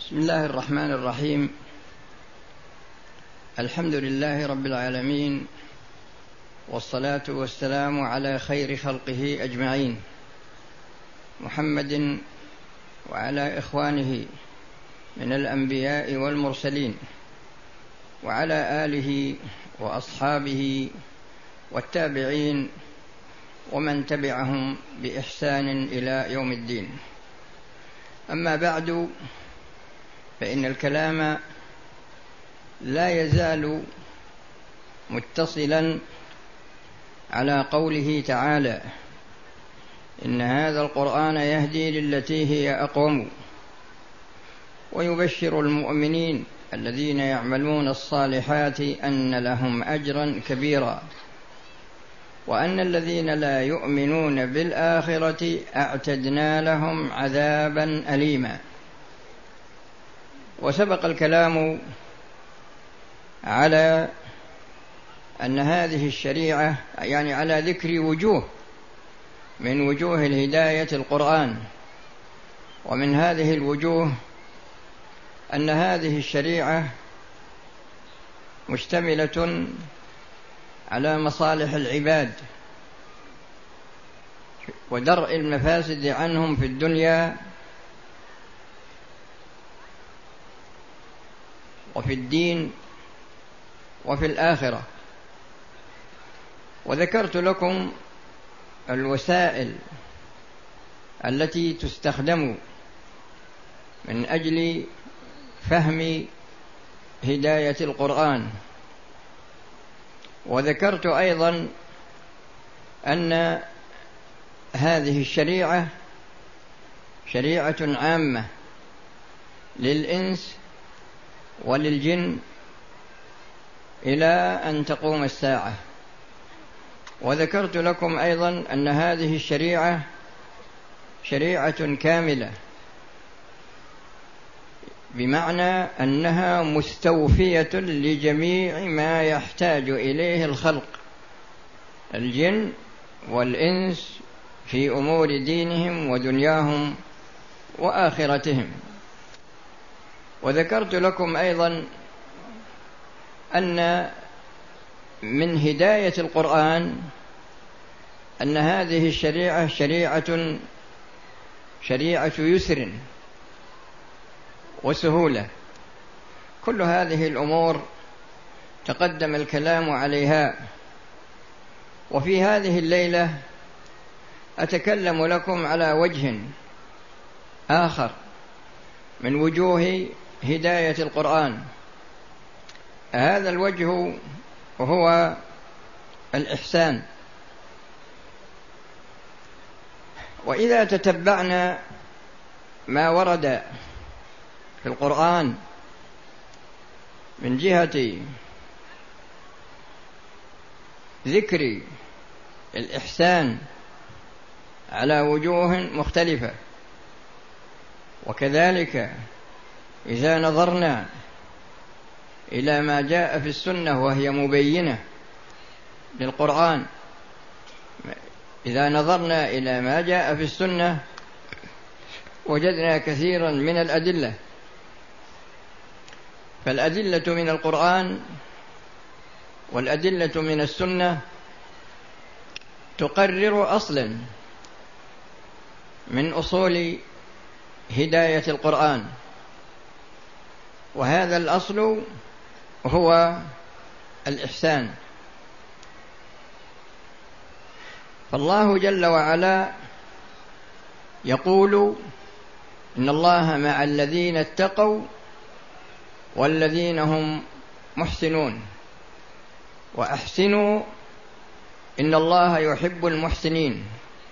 بسم الله الرحمن الرحيم. الحمد لله رب العالمين، والصلاة والسلام على خير خلقه أجمعين، محمد وعلى إخوانه من الأنبياء والمرسلين، وعلى آله وأصحابه والتابعين ومن تبعهم بإحسان إلى يوم الدين. أما بعد، فإن الكلام لا يزال متصلا على قوله تعالى: إن هذا القرآن يهدي للتي هي أقوم، ويبشر المؤمنين الذين يعملون الصالحات أن لهم أجرا كبيرا، وأن الذين لا يؤمنون بالآخرة أعتدنا لهم عذابا أليما. وسبق الكلام على أن هذه الشريعة، يعني على ذكر وجوه من وجوه الهداية القرآن، ومن هذه الوجوه أن هذه الشريعة مشتملة على مصالح العباد ودرء المفاسد عنهم في الدنيا وفي الدين وفي الآخرة. وذكرت لكم الوسائل التي تستخدم من أجل فهم هداية القرآن، وذكرت أيضا أن هذه الشريعة شريعة عامة للإنس وللجن إلى أن تقوم الساعة. وذكرت لكم أيضا أن هذه الشريعة شريعة كاملة، بمعنى أنها مستوفية لجميع ما يحتاج إليه الخلق، الجن والإنس، في أمور دينهم ودنياهم وآخرتهم. وذكرت لكم أيضا أن من هداية القرآن أن هذه الشريعة شريعة يسر وسهولة. كل هذه الأمور تقدم الكلام عليها، وفي هذه الليلة أتكلم لكم على وجه آخر من وجوه هداية القرآن. هذا الوجه هو الإحسان. وإذا تتبعنا ما ورد في القرآن من جهة ذكر الإحسان على وجوه مختلفة، وكذلك إذا نظرنا إلى ما جاء في السنة وهي مبينة للقرآن، إذا نظرنا إلى ما جاء في السنة وجدنا كثيرا من الأدلة. فالأدلة من القرآن والأدلة من السنة تقرر أصلا من أصول هداية القرآن، وهذا الأصل هو الإحسان. فالله جل وعلا يقول: إن الله مع الذين اتقوا والذين هم محسنون، وأحسنوا إن الله يحب المحسنين،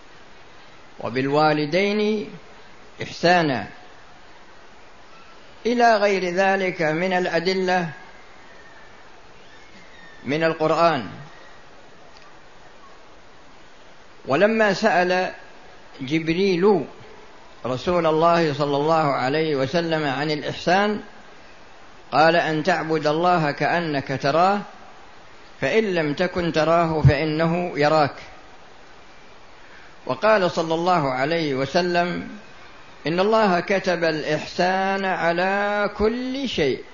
وبالوالدين إحسانا، إلى غير ذلك من الأدلة من القرآن. ولما سأل جبريل رسول الله صلى الله عليه وسلم عن الإحسان قال: أن تعبد الله كأنك تراه، فإن لم تكن تراه فإنه يراك. وقال صلى الله عليه وسلم: إن الله كتب الإحسان على كل شيء.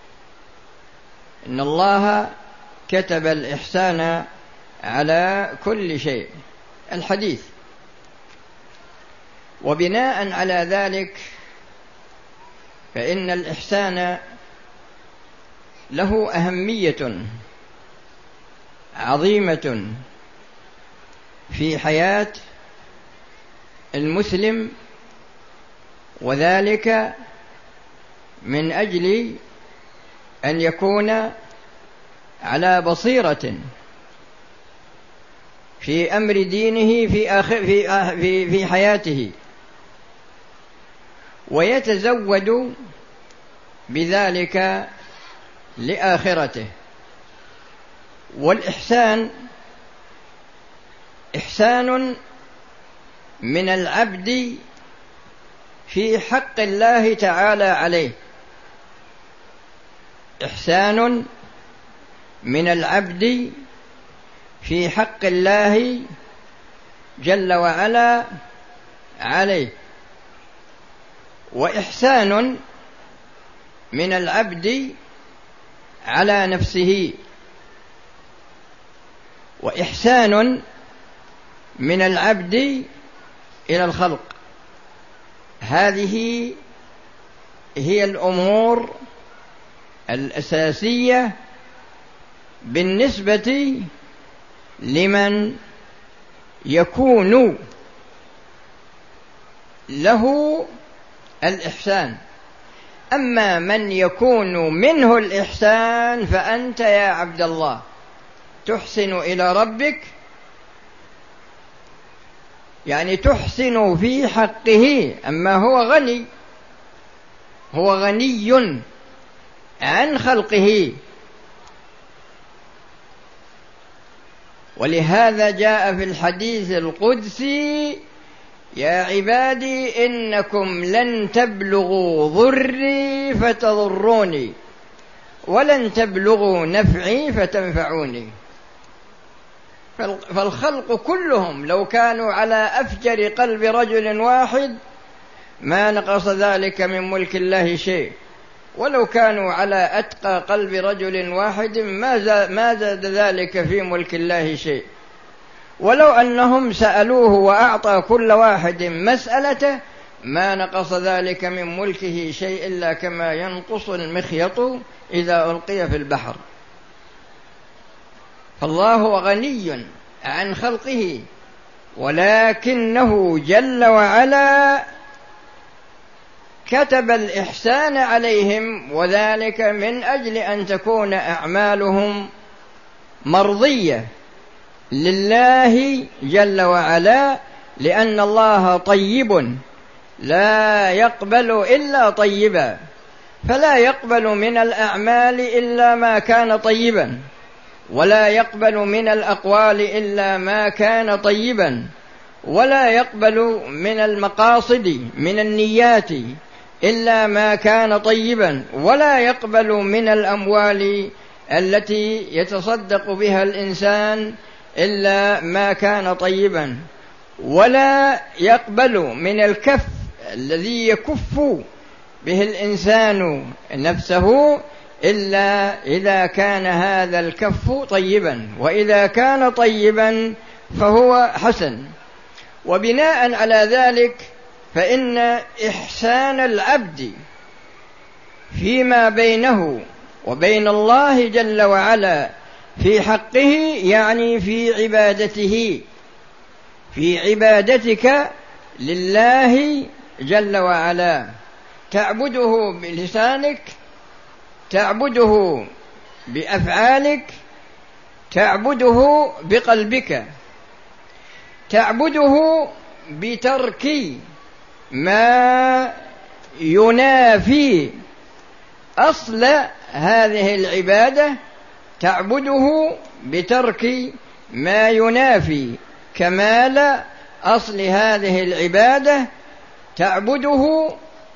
إن الله كتب الإحسان على كل شيء، الحديث. وبناء على ذلك فإن الإحسان له أهمية عظيمة في حياة المسلم، وذلك من أجل أن يكون على بصيرة في أمر دينه في حياته، ويتزود بذلك لآخرته. والإحسان إحسان من العبد في حق الله تعالى عليه، إحسان من العبد في حق الله جل وعلا عليه، وإحسان من العبد على نفسه، وإحسان من العبد إلى الخلق. هذه هي الأمور الأساسية بالنسبة لمن يكون له الإحسان. أما من يكون منه الإحسان فأنت يا عبد الله تحسن إلى ربك، يعني تحسن في حقه. أما هو غني، هو غني عن خلقه، ولهذا جاء في الحديث القدسي: يا عبادي إنكم لن تبلغوا ضري فتضروني ولن تبلغوا نفعي فتنفعوني. فالخلق كلهم لو كانوا على أفجر قلب رجل واحد ما نقص ذلك من ملك الله شيء، ولو كانوا على أتقى قلب رجل واحد ما زاد ذلك في ملك الله شيء، ولو أنهم سألوه وأعطى كل واحد مسألته ما نقص ذلك من ملكه شيء إلا كما ينقص المخيط إذا ألقي في البحر. فالله غني عن خلقه، ولكنه جل وعلا كتب الإحسان عليهم، وذلك من أجل أن تكون أعمالهم مرضية لله جل وعلا، لأن الله طيب لا يقبل إلا طيبا، فلا يقبل من الأعمال إلا ما كان طيبا، ولا يقبل من الأقوال إلا ما كان طيبا، ولا يقبل من المقاصد من النيات إلا ما كان طيبا، ولا يقبل من الأموال التي يتصدق بها الإنسان إلا ما كان طيبا، ولا يقبل من الكف الذي يكف به الإنسان نفسه إلا إذا كان هذا الكف طيبا، وإذا كان طيبا فهو حسن. وبناء على ذلك فإن إحسان العبد فيما بينه وبين الله جل وعلا في حقه يعني في عبادته، في عبادتك لله جل وعلا، تعبده بلسانك، تعبده بأفعالك، تعبده بقلبك، تعبده بترك ما ينافي أصل هذه العبادة، تعبده بترك ما ينافي كمال أصل هذه العبادة، تعبده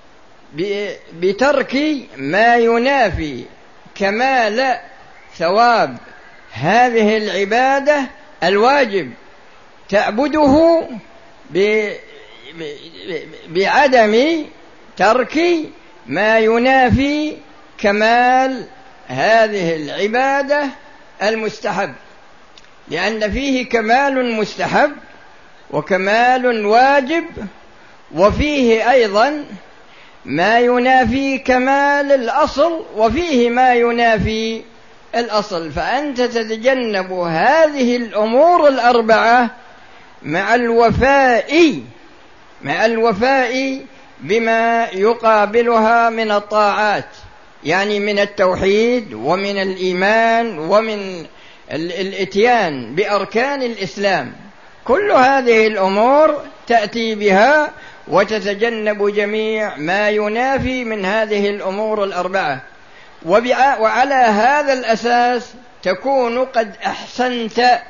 بترك ما ينافي كمال ثواب هذه العبادة الواجب، تعبده بعدم ترك ما ينافي كمال هذه العبادة المستحب، لأن فيه كمال مستحب وكمال واجب، وفيه أيضا ما ينافي كمال الأصل، وفيه ما ينافي الأصل. فأنت تتجنب هذه الأمور الأربعة مع الوفاء بما يقابلها من الطاعات، يعني من التوحيد ومن الإيمان ومن الإتيان بأركان الإسلام. كل هذه الأمور تأتي بها وتتجنب جميع ما ينافي من هذه الأمور الأربعة، وعلى هذا الأساس تكون قد أحسنت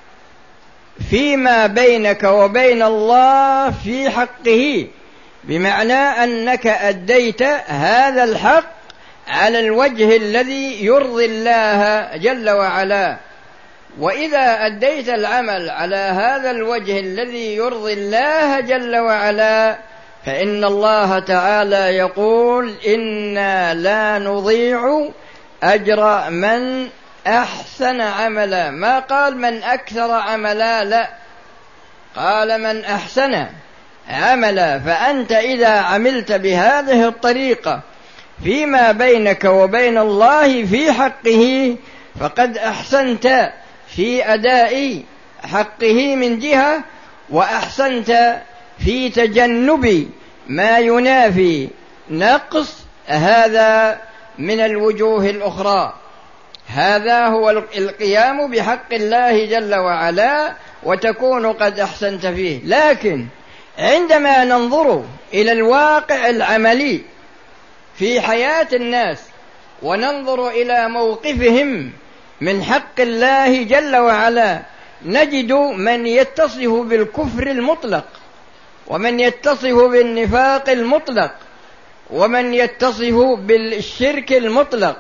فيما بينك وبين الله في حقه، بمعنى أنك أديت هذا الحق على الوجه الذي يرضي الله جل وعلا. وإذا أديت العمل على هذا الوجه الذي يرضي الله جل وعلا، فإن الله تعالى يقول: إنا لا نضيع أجر من أحسن عملا. ما قال من أكثر عملا، لا، قال من أحسن عملا. فأنت إذا عملت بهذه الطريقة فيما بينك وبين الله في حقه، فقد أحسنت في أداء حقه من جهة، وأحسنت في تجنب ما ينافي نقص هذا من الوجوه الأخرى. هذا هو القيام بحق الله جل وعلا، وتكون قد أحسنت فيه. لكن عندما ننظر إلى الواقع العملي في حياة الناس، وننظر إلى موقفهم من حق الله جل وعلا، نجد من يتصف بالكفر المطلق، ومن يتصف بالنفاق المطلق، ومن يتصف بالشرك المطلق،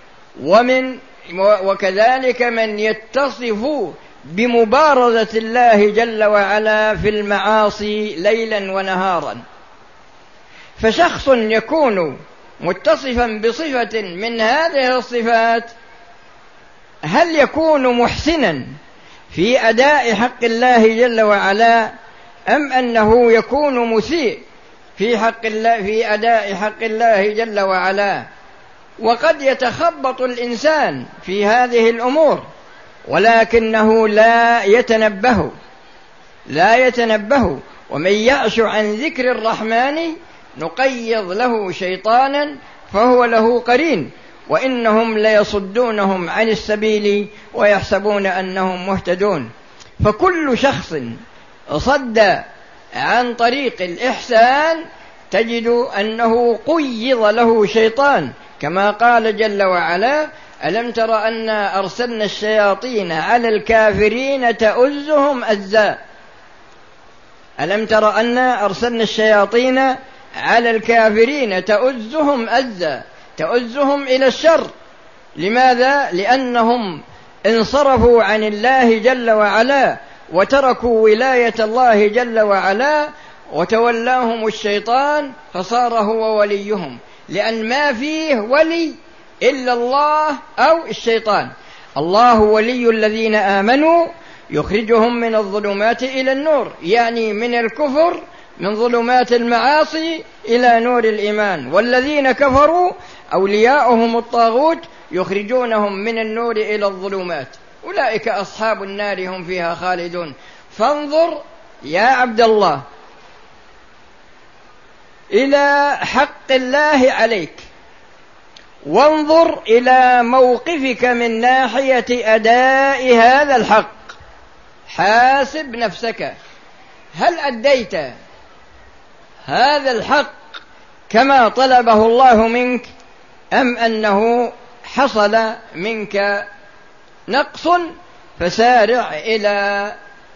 وكذلك من يتصف بمبارزة الله جل وعلا في المعاصي ليلا ونهارا. فشخص يكون متصفا بصفة من هذه الصفات، هل يكون محسنا في أداء حق الله جل وعلا، أم أنه يكون مسيء في أداء حق الله جل وعلا؟ وقد يتخبط الإنسان في هذه الأمور، ولكنه لا يتنبه. ومن يعش عن ذكر الرحمن نقيض له شيطانا فهو له قرين، وإنهم ليصدونهم عن السبيل ويحسبون أنهم مهتدون. فكل شخص صد عن طريق الإحسان تجد أنه قيض له شيطان، كما قال جل وعلا: ألم تر أنا أرسلنا الشياطين على الكافرين تؤزهم أزا. ألم تر أنا أرسلنا الشياطين على الكافرين تؤزهم أزا، تؤزهم إلى الشر. لماذا؟ لأنهم انصرفوا عن الله جل وعلا وتركوا ولاية الله جل وعلا، وتولاهم الشيطان فصار هو وليهم، لأن ما فيه ولي إلا الله أو الشيطان. الله ولي الذين آمنوا يخرجهم من الظلمات إلى النور، يعني من الكفر، من ظلمات المعاصي إلى نور الإيمان. والذين كفروا أولياؤهم الطاغوت يخرجونهم من النور إلى الظلمات، أولئك أصحاب النار هم فيها خالدون. فانظر يا عبد الله إلى حق الله عليك، وانظر إلى موقفك من ناحية أداء هذا الحق. حاسب نفسك، هل أديت هذا الحق كما طلبه الله منك، أم أنه حصل منك نقص؟ فسارع إلى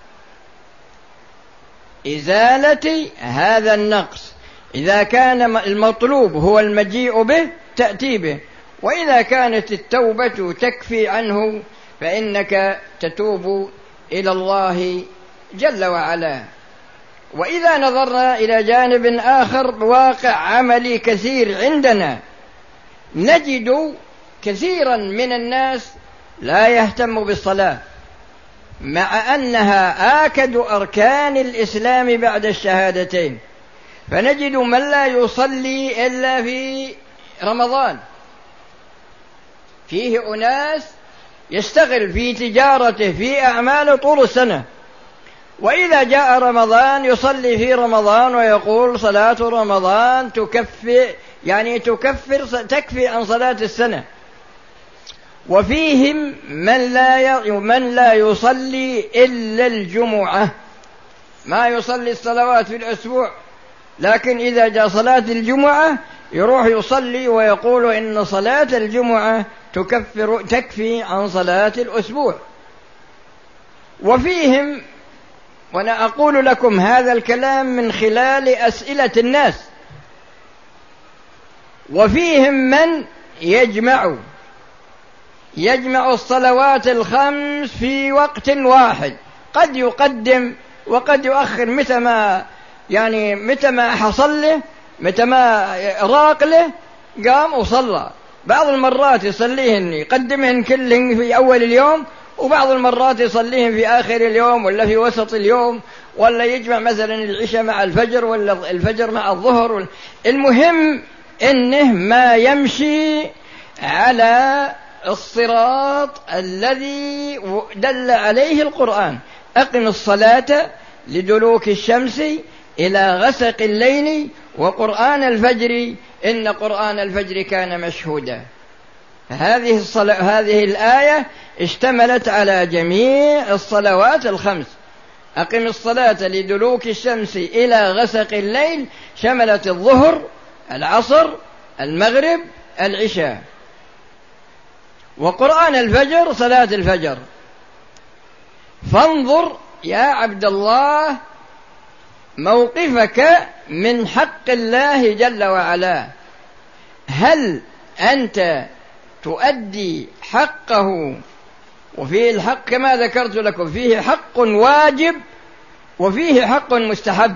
إزالة هذا النقص. إذا كان المطلوب هو المجيء به تأتي به، وإذا كانت التوبة تكفي عنه فإنك تتوب إلى الله جل وعلا. وإذا نظرنا إلى جانب آخر واقع عملي كثير عندنا، نجد كثيرا من الناس لا يهتم بالصلاة، مع أنها آكد أركان الإسلام بعد الشهادتين. فنجد من لا يصلي إلا في رمضان. فيه أناس يشتغل في تجارته في أعماله طول السنة، وإذا جاء رمضان يصلي في رمضان ويقول صلاة رمضان تكفي عن صلاة السنة. وفيهم من لا يصلي إلا الجمعة، ما يصلي الصلوات في الأسبوع، لكن إذا جاء صلاة الجمعة يروح يصلي ويقول إن صلاة الجمعة تكفي عن صلاة الأسبوع. وفيهم، وأنا أقول لكم هذا الكلام من خلال أسئلة الناس، وفيهم من يجمع الصلوات الخمس في وقت واحد، قد يقدم وقد يؤخر متى ما حصل له، متى ما راق له قام وصلى. بعض المرات يصليهن يقدمهن كلهن في أول اليوم، وبعض المرات يصليهن في آخر اليوم ولا في وسط اليوم، ولا يجمع مثلا العشاء مع الفجر ولا الفجر مع الظهر. المهم إنه ما يمشي على الصراط الذي دل عليه القرآن: أقم الصلاة لدلوك الشمس إلى غسق الليل وقرآن الفجر إن قرآن الفجر كان مشهودا. هذه الآية اشتملت على جميع الصلوات الخمس. أقم الصلاة لدلوك الشمس إلى غسق الليل شملت الظهر، العصر، المغرب، العشاء. وقرآن الفجر صلاة الفجر. فانظر يا عبد الله موقفك من حق الله جل وعلا، هل أنت تؤدي حقه؟ وفيه الحق كما ذكرت لكم، فيه حق واجب وفيه حق مستحب،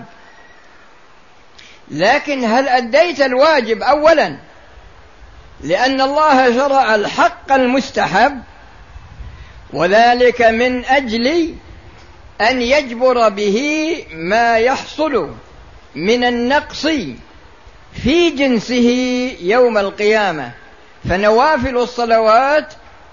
لكن هل أديت الواجب أولا؟ لأن الله شرع الحق المستحب، وذلك من أجل أن يجبر به ما يحصل من النقص في جنسه يوم القيامة. فنوافل الصلوات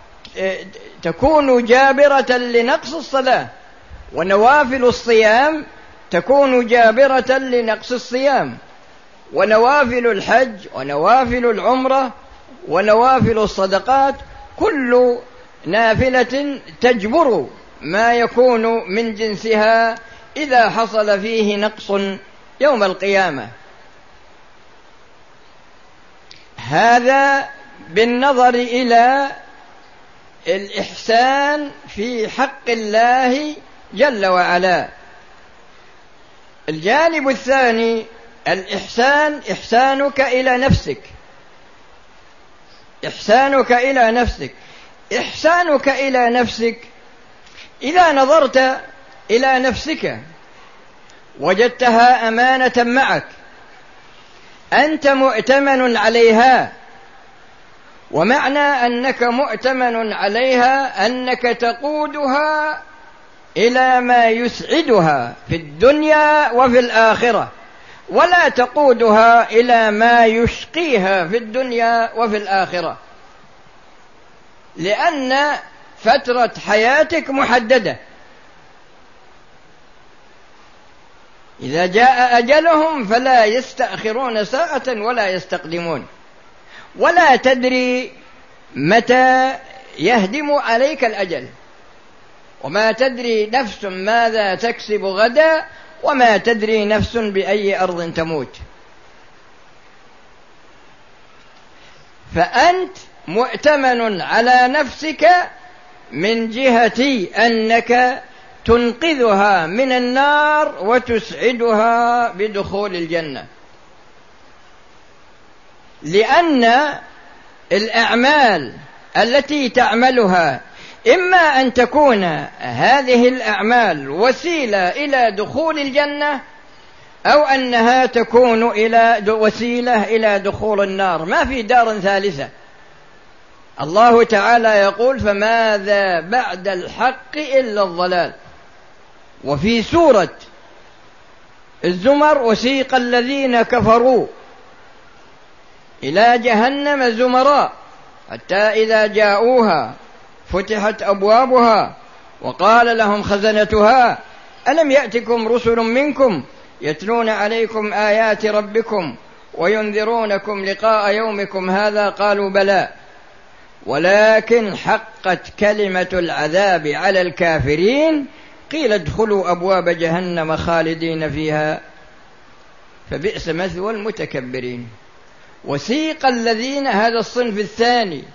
تكون جابرة لنقص الصلاة، ونوافل الصيام تكون جابرة لنقص الصيام، ونوافل الحج ونوافل العمرة ونوافل الصدقات كل نافلة تجبر ما يكون من جنسها إذا حصل فيه نقص يوم القيامة. هذا بالنظر إلى الإحسان في حق الله جل وعلا. الجانب الثاني الإحسان، إحسانك إلى نفسك. إحسانك إلى نفسك، إحسانك إلى نفسك إذا نظرت إلى نفسك وجدتها أمانة معك، أنت مؤتمن عليها، ومعنى أنك مؤتمن عليها أنك تقودها إلى ما يسعدها في الدنيا وفي الآخرة، ولا تقودها إلى ما يشقيها في الدنيا وفي الآخرة، لأن فترة حياتك محددة. إذا جاء أجلهم فلا يستأخرون ساعة ولا يستقدمون، ولا تدري متى يهدم عليك الأجل، وما تدري نفس ماذا تكسب غدا، وما تدري نفس بأي أرض تموت. فأنت مؤتمن على نفسك من جهة أنك تنقذها من النار وتسعدها بدخول الجنة، لأن الأعمال التي تعملها إما أن تكون هذه الأعمال وسيلة إلى دخول الجنة، أو أنها تكون وسيلة إلى دخول النار، ما في دار ثالثة. الله تعالى يقول: فماذا بعد الحق إلا الضلال. وفي سورة الزمر: وسيق الذين كفروا إلى جهنم زمرا حتى إذا جاءوها فتحت أبوابها وقال لهم خزنتها ألم يأتكم رسل منكم يتلون عليكم آيات ربكم وينذرونكم لقاء يومكم هذا قالوا بلى ولكن حقت كلمة العذاب على الكافرين قيل ادخلوا أبواب جهنم خالدين فيها فبئس مثوى المتكبرين. وسيق الذين، هذا الصنف الثاني،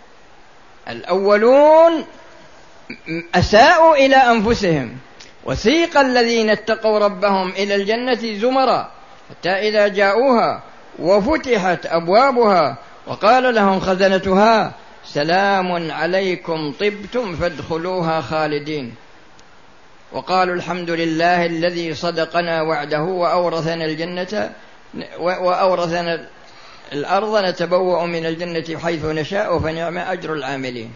الأولون أساءوا إلى أنفسهم. وسيق الذين اتقوا ربهم إلى الجنة زمرا حتى إذا جاءوها وفتحت أبوابها وقال لهم خزنتها سلام عليكم طبتم فادخلوها خالدين وقالوا الحمد لله الذي صدقنا وعده وأورثنا الأرض نتبوأ من الجنة حيث نشاء فنعم أجر العاملين.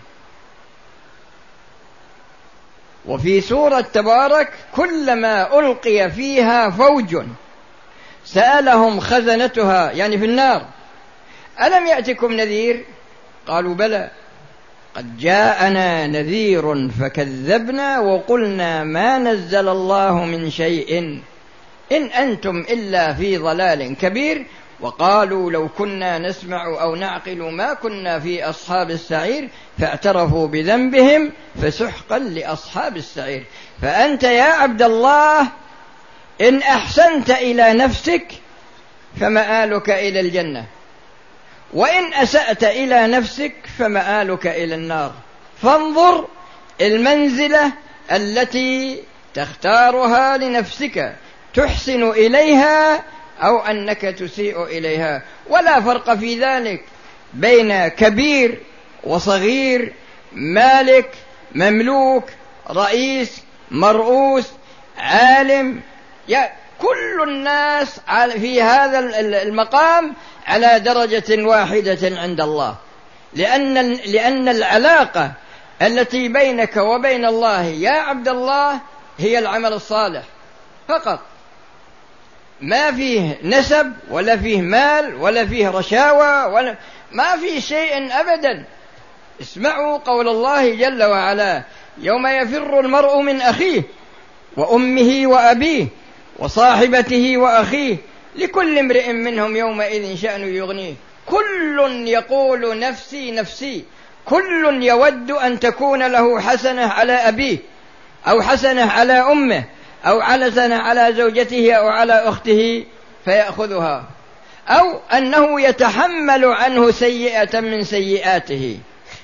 وفي سورة تبارك: كلما ألقي فيها فوج سألهم خزنتها، يعني في النار، ألم يأتكم نذير؟ قالوا بلى قد جاءنا نذير فكذبنا وقلنا ما نزل الله من شيء إن أنتم إلا في ضلال كبير وقالوا لو كنا نسمع أو نعقل ما كنا في أصحاب السعير فاعترفوا بذنبهم فسحقا لأصحاب السعير. فأنت يا عبد الله إن أحسنت إلى نفسك فمآلك إلى الجنة، وإن أسأت إلى نفسك فمآلك إلى النار. فانظر المنزلة التي تختارها لنفسك، تحسن إليها أو أنك تسيء إليها، ولا فرق في ذلك بين كبير وصغير، مالك مملوك، رئيس مرؤوس، عالم، كل الناس في هذا المقام على درجة واحدة عند الله، لأن العلاقة التي بينك وبين الله يا عبد الله هي العمل الصالح فقط، ما فيه نسب ولا فيه مال ولا فيه رشاوى ولا ما فيه شيء أبدا. اسمعوا قول الله جل وعلا: يوم يفر المرء من أخيه وأمه وأبيه وصاحبته وأخيه لكل امرئ منهم يومئذ شأن يغنيه كل يقول نفسي نفسي. كل يود أن تكون له حسنة على أبيه أو حسنة على أمه أو حسنة على زوجته أو على أخته فيأخذها، أو أنه يتحمل عنه سيئة من سيئاته.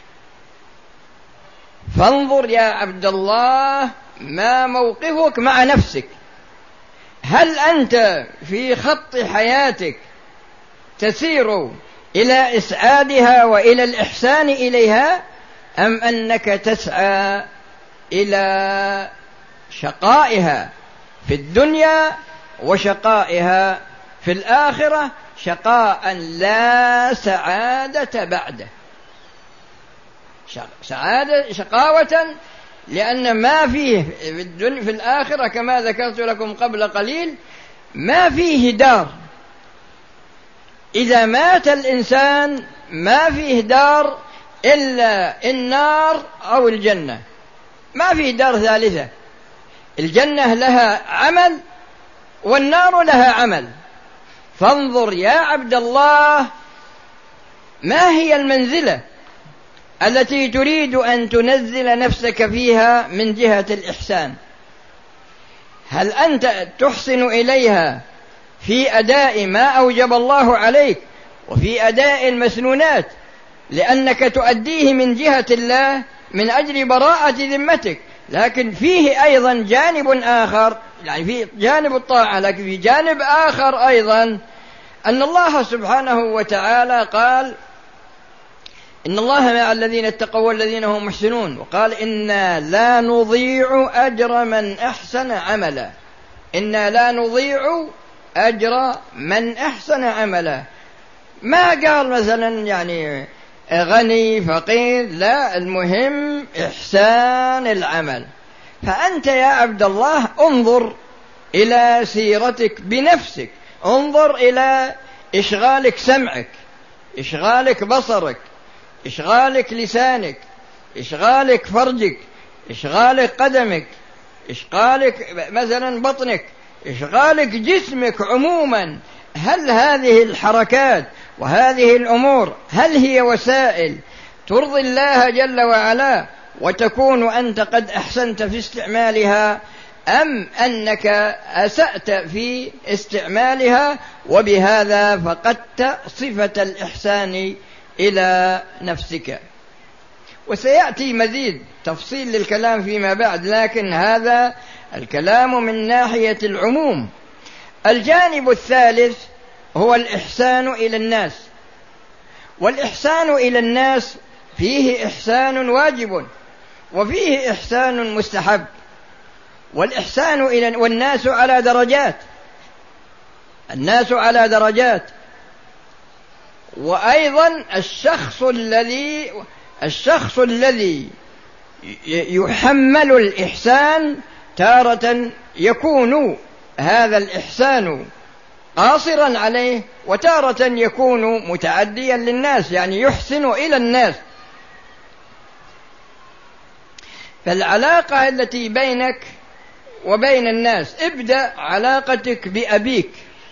فانظر يا عبد الله ما موقفك مع نفسك، هل أنت في خط حياتك تسير إلى إسعادها وإلى الإحسان إليها، أم أنك تسعى إلى شقائها في الدنيا وشقائها في الآخرة، شقاء لا سعادة بعده، شقاوة، لأن ما فيه في الآخرة كما ذكرت لكم قبل قليل ما فيه دار. إذا مات الإنسان ما فيه دار إلا النار أو الجنة، ما فيه دار ثالثة. الجنة لها عمل والنار لها عمل. فانظر يا عبد الله ما هي المنزلة التي تريد أن تنزل نفسك فيها من جهة الإحسان؟ هل أنت تحسن إليها في أداء ما أوجب الله عليك وفي أداء المسنونات لأنك تؤديه من جهة الله من أجل براءة ذمتك، لكن فيه أيضا جانب آخر، يعني في جانب الطاعة لكن في جانب آخر أيضا أن الله سبحانه وتعالى قال: إن الله مع الذين اتقوا والذين هم محسنون، وقال: إنا لا نضيع أجر من أحسن عملا. إنا لا نضيع أجر من أحسن عمله. ما قال مثلا يعني غني فقير، لا، المهم إحسان العمل. فأنت يا عبد الله انظر إلى سيرتك بنفسك، انظر إلى إشغالك سمعك، إشغالك بصرك، إشغالك لسانك، إشغالك فرجك، إشغالك قدمك، إشغالك مثلا بطنك، إشغالك جسمك عموما. هل هذه الحركات وهذه الأمور هل هي وسائل ترضي الله جل وعلا وتكون أنت قد أحسنت في استعمالها، أم أنك أسأت في استعمالها وبهذا فقدت صفة الإحسان إلى نفسك؟ وسيأتي مزيد تفصيل للكلام فيما بعد، لكن هذا الكلام من ناحية العموم. الجانب الثالث هو الإحسان إلى الناس، والإحسان إلى الناس فيه إحسان واجب وفيه إحسان مستحب. والإحسان إلى والناس على درجات، الناس على درجات. وأيضا الشخص الذي يحمل الإحسان تارة يكون هذا الإحسان قاصرا عليه، وتارة يكون متعديا للناس، يعني يحسن إلى الناس. فالعلاقة التي بينك وبين الناس، ابدأ علاقتك بأبيك،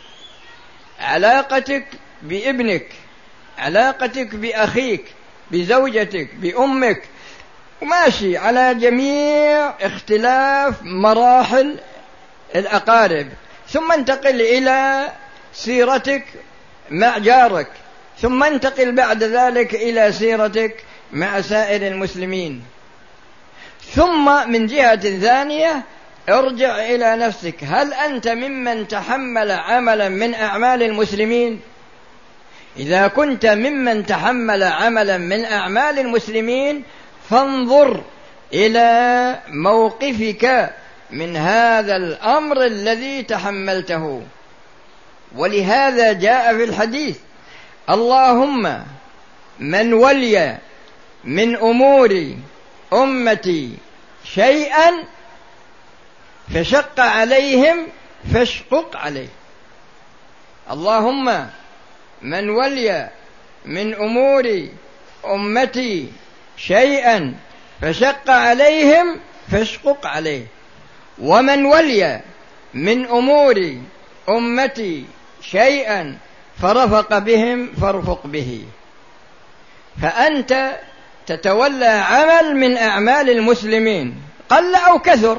علاقتك بابنك، علاقتك بأخيك، بزوجتك، بأمك، وماشي على جميع اختلاف مراحل الأقارب، ثم انتقل إلى سيرتك مع جارك، ثم انتقل بعد ذلك إلى سيرتك مع سائر المسلمين، ثم من جهة ثانية ارجع إلى نفسك، هل أنت ممن تحمل عملا من أعمال المسلمين؟ إذا كنت ممن تحمل عملا من أعمال المسلمين فانظر إلى موقفك من هذا الأمر الذي تحملته. ولهذا جاء في الحديث: اللهم من ولي من أمور أمتي شيئا فشق عليهم فاشقق عليه. اللهم من ولي من أمور أمتي شيئا فشق عليهم فاشقق عليه، ومن ولي من أمور أمتي شيئا فرفق بهم فارفق به. فأنت تتولى عمل من أعمال المسلمين قل أو كثر،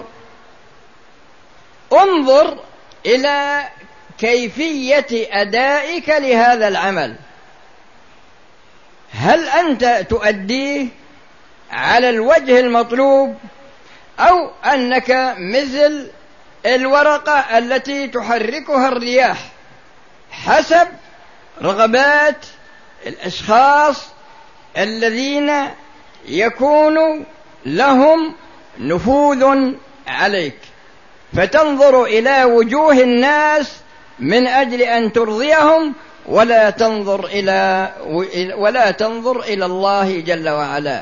انظر إلى كيفية أدائك لهذا العمل، هل أنت تؤديه على الوجه المطلوب، أو أنك مثل الورقة التي تحركها الرياح حسب رغبات الأشخاص الذين يكون لهم نفوذ عليك، فتنظر إلى وجوه الناس من أجل أن ترضيهم، ولا تنظر إلى الله جل وعلا.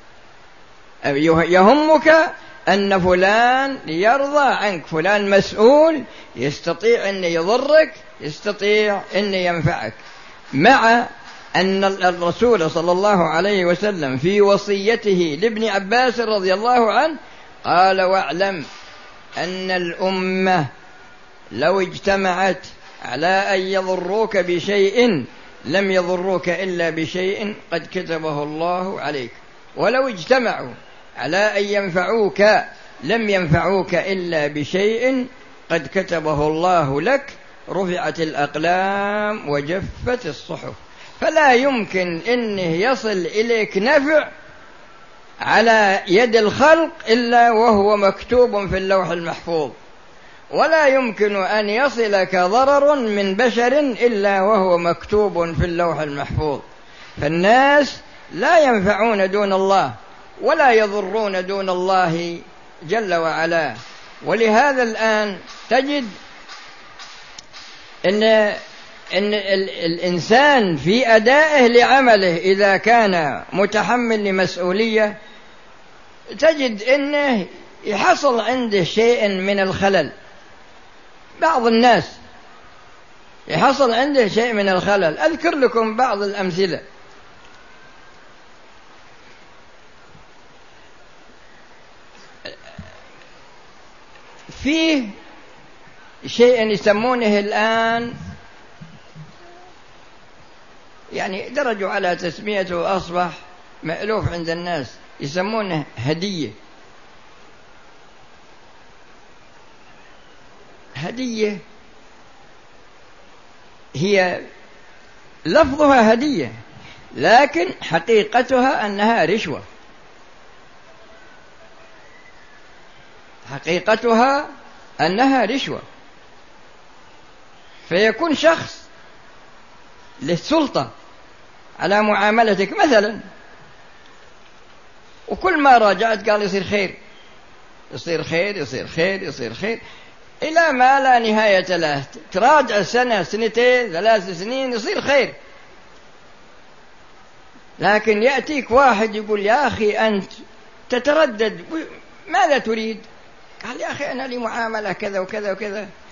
يهمك أن فلان يرضى عنك، فلان مسؤول، يستطيع أن يضرك، يستطيع أن ينفعك. مع أن الرسول صلى الله عليه وسلم في وصيته لابن عباس رضي الله عنه قال: واعلم أن الأمة لو اجتمعت على أن يضروك بشيء لم يضروك إلا بشيء قد كتبه الله عليك، ولو اجتمعوا على أن ينفعوك لم ينفعوك إلا بشيء قد كتبه الله لك، رفعت الأقلام وجفت الصحف. فلا يمكن أنه يصل إليك نفع على يد الخلق إلا وهو مكتوب في اللوح المحفوظ، ولا يمكن أن يصلك ضرر من بشر إلا وهو مكتوب في اللوح المحفوظ. فالناس لا ينفعون دون الله ولا يضرون دون الله جل وعلا. ولهذا الآن تجد إن الإنسان في أدائه لعمله إذا كان متحمل لمسؤولية تجد أنه يحصل عنده شيء من الخلل. بعض الناس يحصل عنده شيء من الخلل. أذكر لكم بعض الأمثلة. فيه شيء يسمونه الآن، يعني درجوا على تسميته وأصبح مألوف عند الناس، يسمونه هدية. هدية هي لفظها هدية لكن حقيقتها أنها رشوة. حقيقتها أنها رشوة. فيكون شخص للسلطة على معاملتك مثلا، وكل ما راجعت قال يصير خير يصير خير يصير خير يصير خير إلى ما لا نهاية له. تراجع سنة سنتين 3 سنين يصير خير. لكن يأتيك واحد يقول يا أخي أنت تتردد، ماذا تريد؟ قال يا أخي أنا لي معاملة كذا وكذا وكذا.